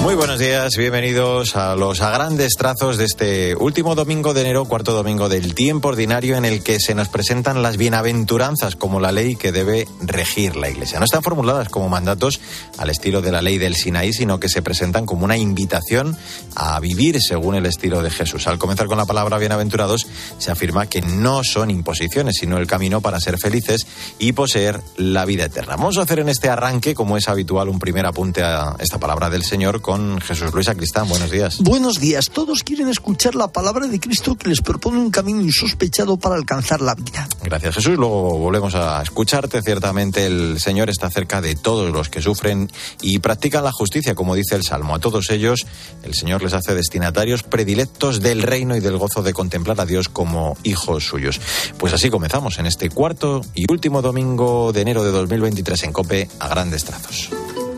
Muy buenos días, bienvenidos a los a grandes trazos de este último domingo de enero, cuarto domingo del tiempo ordinario en el que se nos presentan las bienaventuranzas como la ley que debe regir la Iglesia. No están formuladas como mandatos al estilo de la ley del Sinaí, sino que se presentan como una invitación a vivir según el estilo de Jesús. Al comenzar con la palabra bienaventurados, se afirma que no son imposiciones, sino el camino para ser felices y poseer la vida eterna. Vamos a hacer en este arranque, como es habitual, un primer apunte a esta palabra del Señor con Jesús Luis Sacristán. Buenos días. Buenos días. Todos quieren escuchar la palabra de Cristo que les propone un camino insospechado para alcanzar la vida. Gracias, Jesús. Luego volvemos a escucharte. Ciertamente el Señor está cerca de todos los que sufren y practican la justicia, como dice el Salmo. A todos ellos el Señor les hace destinatarios predilectos del reino y del gozo de contemplar a Dios como hijos suyos. Pues así comenzamos en este cuarto y último domingo de enero de 2023 en COPE a grandes trazos.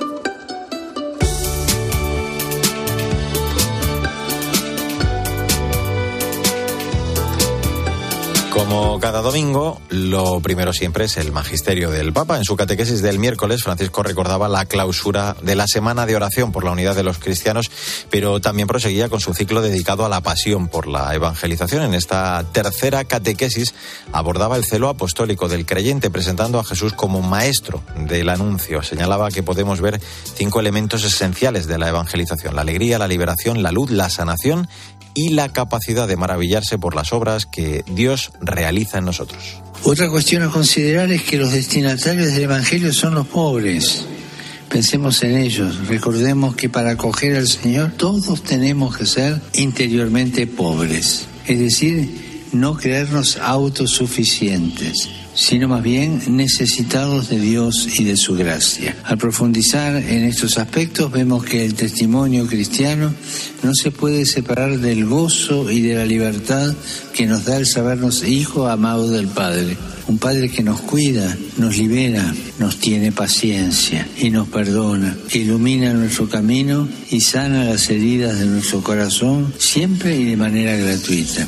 Como cada domingo, lo primero siempre es el magisterio del Papa. En su catequesis del miércoles, Francisco recordaba la clausura de la Semana de Oración por la Unidad de los Cristianos, pero también proseguía con su ciclo dedicado a la pasión por la evangelización. En esta tercera catequesis abordaba el celo apostólico del creyente, presentando a Jesús como maestro del anuncio. Señalaba que podemos ver 5 elementos esenciales de la evangelización: la alegría, la liberación, la luz, la sanación y la capacidad de maravillarse por las obras que Dios realiza en nosotros. Otra cuestión a considerar es que los destinatarios del Evangelio son los pobres. Pensemos en ellos. Recordemos que para acoger al Señor todos tenemos que ser interiormente pobres. Es decir, no creernos autosuficientes, sino más bien necesitados de Dios y de su gracia. Al profundizar en estos aspectos vemos que el testimonio cristiano no se puede separar del gozo y de la libertad que nos da el sabernos hijos amados del Padre. Un Padre que nos cuida, nos libera, nos tiene paciencia y nos perdona, ilumina nuestro camino y sana las heridas de nuestro corazón, siempre y de manera gratuita.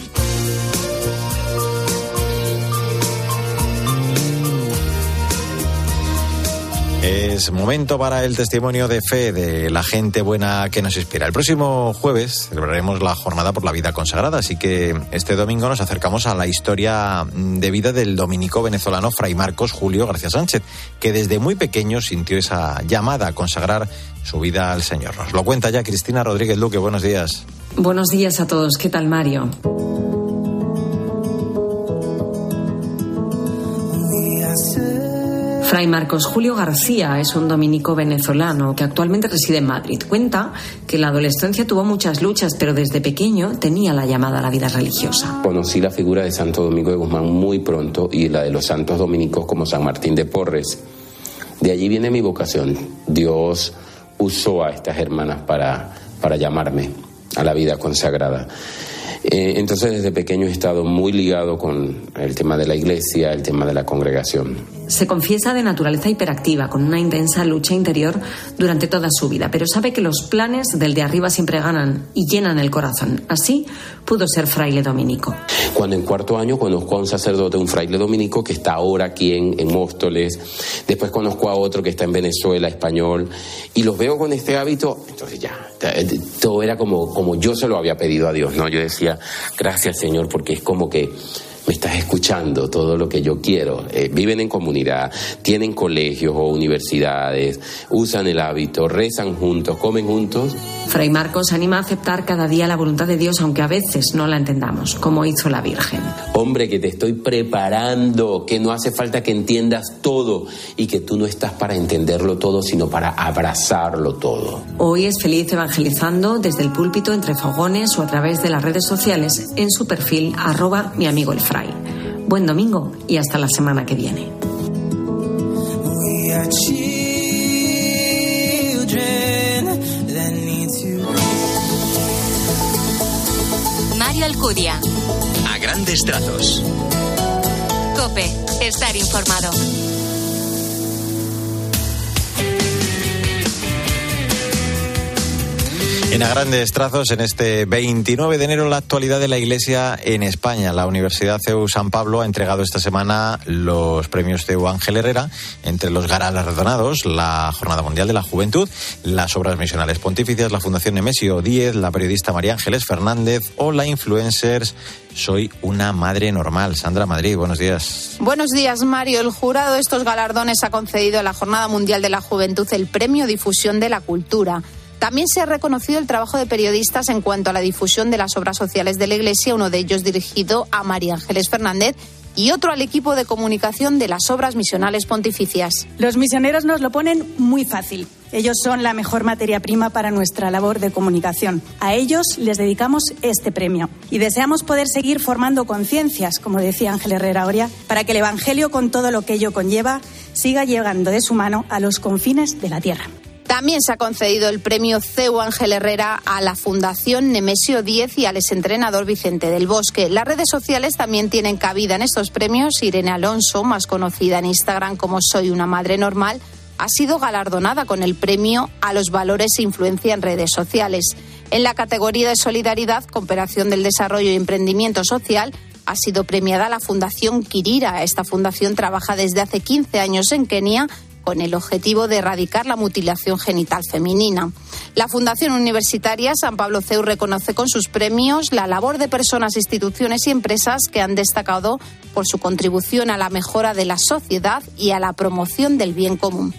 Es momento para el testimonio de fe de la gente buena que nos inspira. El próximo jueves celebraremos la Jornada por la Vida Consagrada, así que este domingo nos acercamos a la historia de vida del dominico venezolano Fray Marcos Julio García Sánchez, que desde muy pequeño sintió esa llamada a consagrar su vida al Señor. Nos lo cuenta ya Cristina Rodríguez Luque. Buenos días. Buenos días a todos. ¿Qué tal, Mario? Fray Marcos Julio García es un dominico venezolano que actualmente reside en Madrid. Cuenta que en la adolescencia tuvo muchas luchas, pero desde pequeño tenía la llamada a la vida religiosa. Conocí la figura de Santo Domingo de Guzmán muy pronto y la de los santos dominicos como San Martín de Porres. De allí viene mi vocación. Dios usó a estas hermanas para llamarme a la vida consagrada. Entonces desde pequeño he estado muy ligado con el tema de la iglesia, el tema de la congregación. Se confiesa de naturaleza hiperactiva, con una intensa lucha interior durante toda su vida, pero sabe que los planes del de arriba siempre ganan y llenan el corazón. Así pudo ser fraile dominico. Cuando en cuarto año conozco a un sacerdote, un fraile dominico que está ahora aquí en Móstoles, después conozco a otro que está en Venezuela, español, y los veo con este hábito, entonces ya, todo era como yo se lo había pedido a Dios, ¿no? Yo decía, gracias Señor, porque es como que me estás escuchando todo lo que yo quiero. Viven en comunidad, tienen colegios o universidades, usan el hábito, rezan juntos, comen juntos. Fray Marcos anima a aceptar cada día la voluntad de Dios, aunque a veces no la entendamos, como hizo la Virgen. Hombre, que te estoy preparando, que no hace falta que entiendas todo y que tú no estás para entenderlo todo, sino para abrazarlo todo. Hoy es feliz evangelizando desde el púlpito, entre fogones o a través de las redes sociales en su perfil @miamigoelfray. Buen domingo y hasta la semana que viene. Mario Alcudia. A grandes trazos. COPE. Estar informado. En A Grandes Trazos, en este 29 de enero, la actualidad de la Iglesia en España. La Universidad CEU San Pablo ha entregado esta semana los premios CEU Ángel Herrera, entre los galardonados, la Jornada Mundial de la Juventud, las Obras Misionales Pontificias, la Fundación Nemesio 10, la periodista María Ángeles Fernández o la influencer Soy una madre normal. Sandra Madrid, buenos días. Buenos días, Mario. El jurado de estos galardones ha concedido a la Jornada Mundial de la Juventud el Premio Difusión de la Cultura. También se ha reconocido el trabajo de periodistas en cuanto a la difusión de las obras sociales de la Iglesia, uno de ellos dirigido a María Ángeles Fernández y otro al equipo de comunicación de las Obras Misionales Pontificias. Los misioneros nos lo ponen muy fácil. Ellos son la mejor materia prima para nuestra labor de comunicación. A ellos les dedicamos este premio. Y deseamos poder seguir formando conciencias, como decía Ángel Herrera Oria, para que el Evangelio, con todo lo que ello conlleva, siga llegando de su mano a los confines de la tierra. También se ha concedido el premio CEU Ángel Herrera a la Fundación Nemesio 10 y al exentrenador Vicente del Bosque. Las redes sociales también tienen cabida en estos premios. Irene Alonso, más conocida en Instagram como Soy una madre normal, ha sido galardonada con el premio a los valores e influencia en redes sociales. En la categoría de solidaridad, cooperación del desarrollo y emprendimiento social, ha sido premiada la Fundación Kirira. Esta fundación trabaja desde hace 15 años en Kenia con el objetivo de erradicar la mutilación genital femenina. La Fundación Universitaria San Pablo CEU reconoce con sus premios la labor de personas, instituciones y empresas que han destacado por su contribución a la mejora de la sociedad y a la promoción del bien común.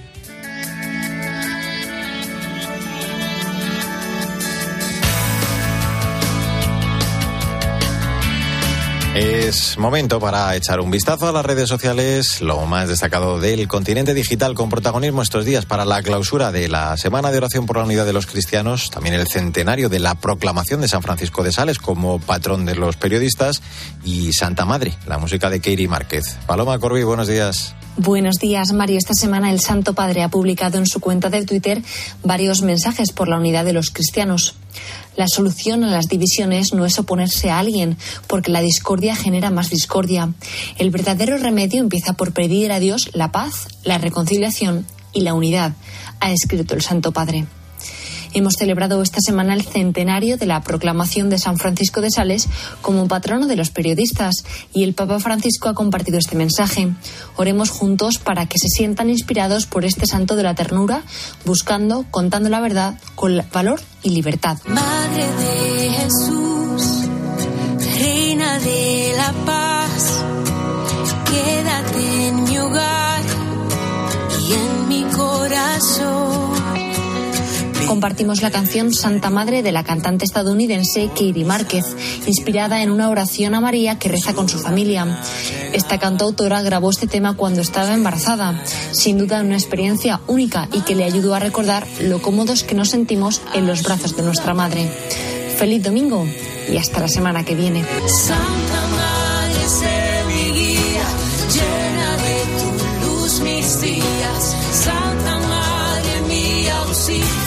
Es momento para echar un vistazo a las redes sociales, lo más destacado del continente digital, con protagonismo estos días para la clausura de la Semana de Oración por la Unidad de los Cristianos, también el centenario de la proclamación de San Francisco de Sales como patrón de los periodistas y Santa Madre, la música de Katie Márquez. Paloma Corbí, buenos días. Buenos días, Mario. Esta semana el Santo Padre ha publicado en su cuenta de Twitter varios mensajes por la unidad de los cristianos. La solución a las divisiones no es oponerse a alguien, porque la discordia genera más discordia. El verdadero remedio empieza por pedir a Dios la paz, la reconciliación y la unidad, ha escrito el Santo Padre. Hemos celebrado esta semana el centenario de la proclamación de San Francisco de Sales como patrono de los periodistas y el Papa Francisco ha compartido este mensaje. Oremos juntos para que se sientan inspirados por este santo de la ternura, buscando, contando la verdad con valor y libertad. Madre de Jesús, Reina de la Paz, quédate en mi hogar y en mi corazón. Compartimos la canción Santa Madre de la cantante estadounidense Katie Márquez, inspirada en una oración a María que reza con su familia. Esta cantautora grabó este tema cuando estaba embarazada, sin duda una experiencia única y que le ayudó a recordar lo cómodos que nos sentimos en los brazos de nuestra madre. Feliz domingo y hasta la semana que viene. Santa Madre, sé mi guía, llena de tu luz mis días. Santa Madre, mi auxilio.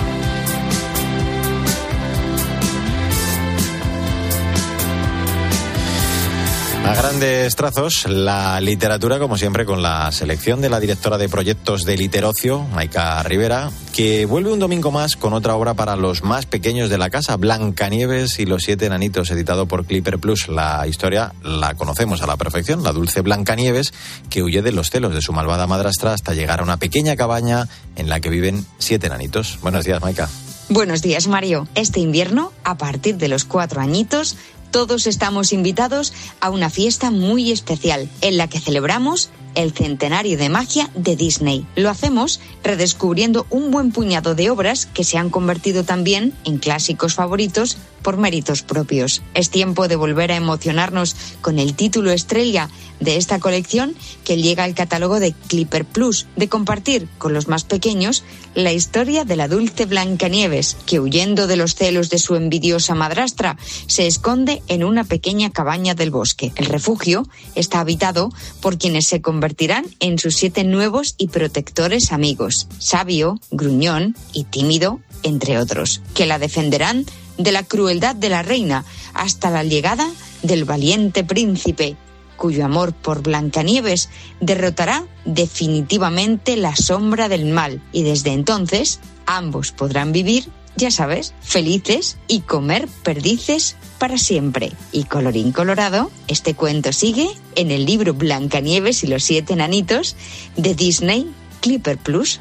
A grandes trazos, la literatura, como siempre, con la selección de la directora de proyectos de Literocio, Maika Rivera, que vuelve un domingo más con otra obra para los más pequeños de la casa, Blancanieves y los 7 enanitos, editado por Clipper Plus. La historia la conocemos a la perfección, la dulce Blancanieves, que huye de los celos de su malvada madrastra hasta llegar a una pequeña cabaña en la que viven 7 enanitos. Buenos días, Maika. Buenos días, Mario. Este invierno, a partir de los 4 añitos, todos estamos invitados a una fiesta muy especial en la que celebramos el centenario de magia de Disney. Lo hacemos redescubriendo un buen puñado de obras que se han convertido también en clásicos favoritos por méritos propios. Es tiempo de volver a emocionarnos con el título estrella de esta colección que llega al catálogo de Clipper Plus, de compartir con los más pequeños la historia de la dulce Blancanieves, que huyendo de los celos de su envidiosa madrastra, se esconde en una pequeña cabaña del bosque. El refugio está habitado por quienes se convertirán en sus 7 nuevos y protectores amigos, Sabio, Gruñón y Tímido, entre otros, que la defenderán de la crueldad de la reina hasta la llegada del valiente príncipe. cuyo amor por Blancanieves derrotará definitivamente la sombra del mal, y desde entonces ambos podrán vivir, ya sabes, felices y comer perdices para siempre. Y colorín colorado, este cuento sigue en el libro Blancanieves y los 7 enanitos de Disney Clipper Plus.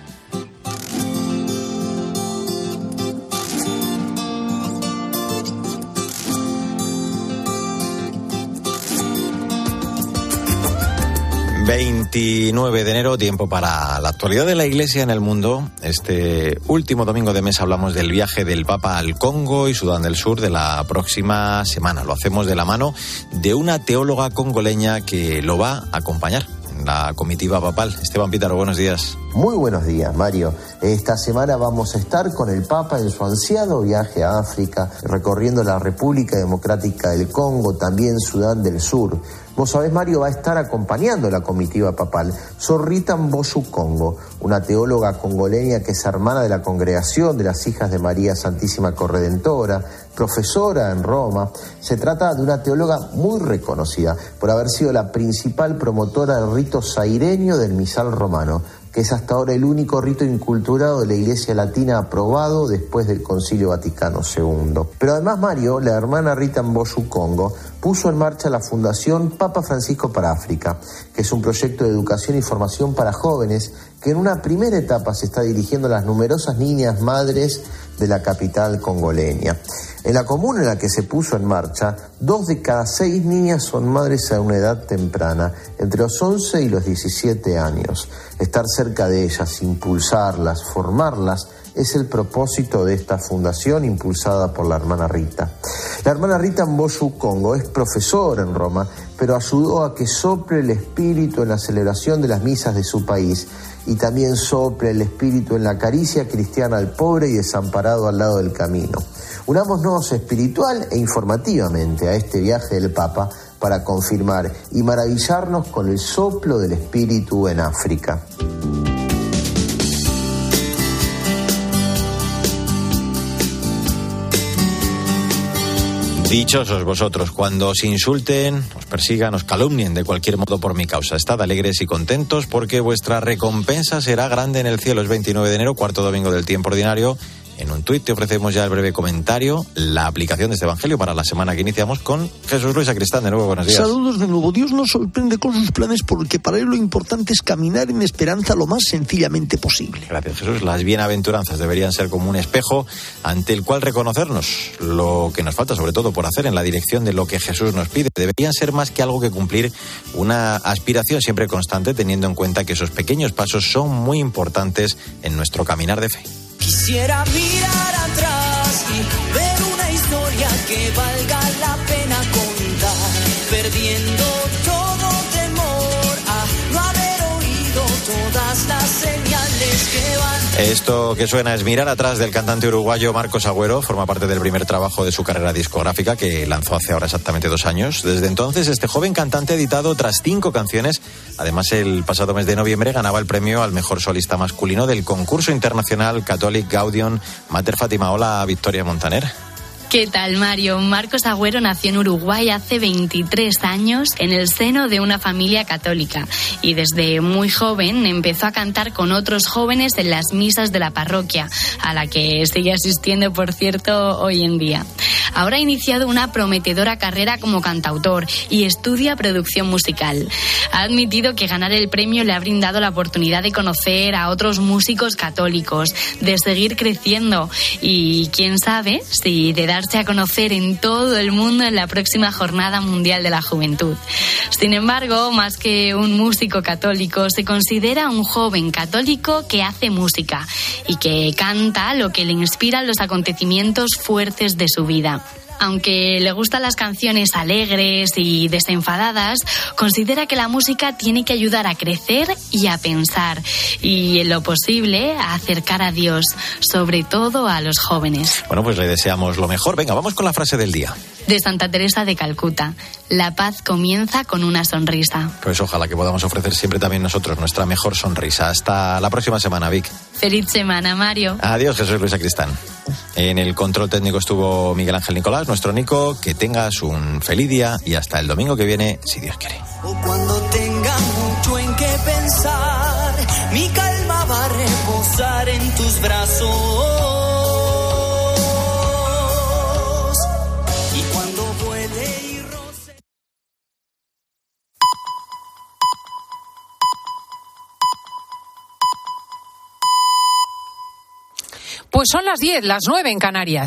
...29 de enero, tiempo para la actualidad de la Iglesia en el mundo. Este último domingo de mes hablamos del viaje del Papa al Congo y Sudán del Sur de la próxima semana. Lo hacemos de la mano de una teóloga congoleña que lo va a acompañar en la comitiva papal. Esteban Pítaro, buenos días. Muy buenos días, Mario. Esta semana vamos a estar con el Papa en su ansiado viaje a África, recorriendo la República Democrática del Congo, también Sudán del Sur. Vos sabés, Mario, va a estar acompañando la comitiva papal Sor Rita Mbosu Congo, una teóloga congoleña que es hermana de la Congregación de las Hijas de María Santísima Corredentora, profesora en Roma. Se trata de una teóloga muy reconocida por haber sido la principal promotora del rito saireño del misal romano, que es hasta ahora el único rito inculturado de la Iglesia Latina aprobado después del Concilio Vaticano II. Pero además, Mario, la hermana Rita Mbosu Congo puso en marcha la Fundación Papa Francisco para África, que es un proyecto de educación y formación para jóvenes que en una primera etapa se está dirigiendo a las numerosas niñas madres de la capital congoleña. En la comuna en la que se puso en marcha, 2 de cada 6 niñas son madres a una edad temprana, entre los 11 y los 17 años. Estar cerca de ellas, impulsarlas, formarlas, es el propósito de esta fundación impulsada por la hermana Rita. La hermana Rita Mbosu Congo es profesora en Roma, pero ayudó a que sople el espíritu en la celebración de las misas de su país y también sople el espíritu en la caricia cristiana al pobre y desamparado al lado del camino. Unámonos espiritual e informativamente a este viaje del Papa para confirmar y maravillarnos con el soplo del espíritu en África. Dichosos vosotros cuando os insulten, os persigan, os calumnien de cualquier modo por mi causa. Estad alegres y contentos porque vuestra recompensa será grande en el cielo. Es 29 de enero, cuarto domingo del tiempo ordinario. En un tuit te ofrecemos ya el breve comentario, la aplicación de este evangelio para la semana que iniciamos con Jesús Luis Sacristán. De nuevo, buenos días. Saludos de nuevo. Dios nos sorprende con sus planes porque para él lo importante es caminar en esperanza lo más sencillamente posible. Gracias, Jesús. Las bienaventuranzas deberían ser como un espejo ante el cual reconocernos lo que nos falta, sobre todo por hacer en la dirección de lo que Jesús nos pide. Deberían ser más que algo que cumplir, una aspiración siempre constante, teniendo en cuenta que esos pequeños pasos son muy importantes en nuestro caminar de fe. Quisiera mirar atrás y ver una historia que valga la pena contar, perdiendo todo temor a no haber oído todas las señales que van. Esto que suena es Mirar atrás, del cantante uruguayo Marcos Agüero. Forma parte del primer trabajo de su carrera discográfica que lanzó hace ahora exactamente 2 años. Desde entonces, este joven cantante ha editado otras 5 canciones. Además, el pasado mes de noviembre ganaba el premio al mejor solista masculino del concurso internacional Catholic Gaudium Mater Fátima. Hola, Victoria Montaner. ¿Qué tal, Mario? Marcos Agüero nació en Uruguay hace 23 años en el seno de una familia católica y desde muy joven empezó a cantar con otros jóvenes en las misas de la parroquia, a la que sigue asistiendo, por cierto, hoy en día. Ahora ha iniciado una prometedora carrera como cantautor y estudia producción musical. Ha admitido que ganar el premio le ha brindado la oportunidad de conocer a otros músicos católicos, de seguir creciendo y, quién sabe, si de darse a conocer en todo el mundo en la próxima Jornada Mundial de la Juventud. Sin embargo, más que un músico católico, se considera un joven católico que hace música y que canta lo que le inspiran los acontecimientos fuertes de su vida. Aunque le gustan las canciones alegres y desenfadadas, considera que la música tiene que ayudar a crecer y a pensar, y en lo posible a acercar a Dios, sobre todo a los jóvenes. Bueno, pues le deseamos lo mejor. Venga, vamos con la frase del día. De Santa Teresa de Calcuta: la paz comienza con una sonrisa. Pues ojalá que podamos ofrecer siempre también nosotros nuestra mejor sonrisa. Hasta la próxima semana, Vic. Feliz semana, Mario. Adiós, Jesús Luis Sacristán. En el control técnico estuvo Miguel Ángel Nicolás. gracias, nuestro Nico, que tengas un feliz día y hasta el domingo que viene, si Dios quiere. O cuando tenga mucho en qué pensar, mi calma va a reposar en tus brazos. Y cuando vuele y roce... Pues son las 10, las 9 en Canarias.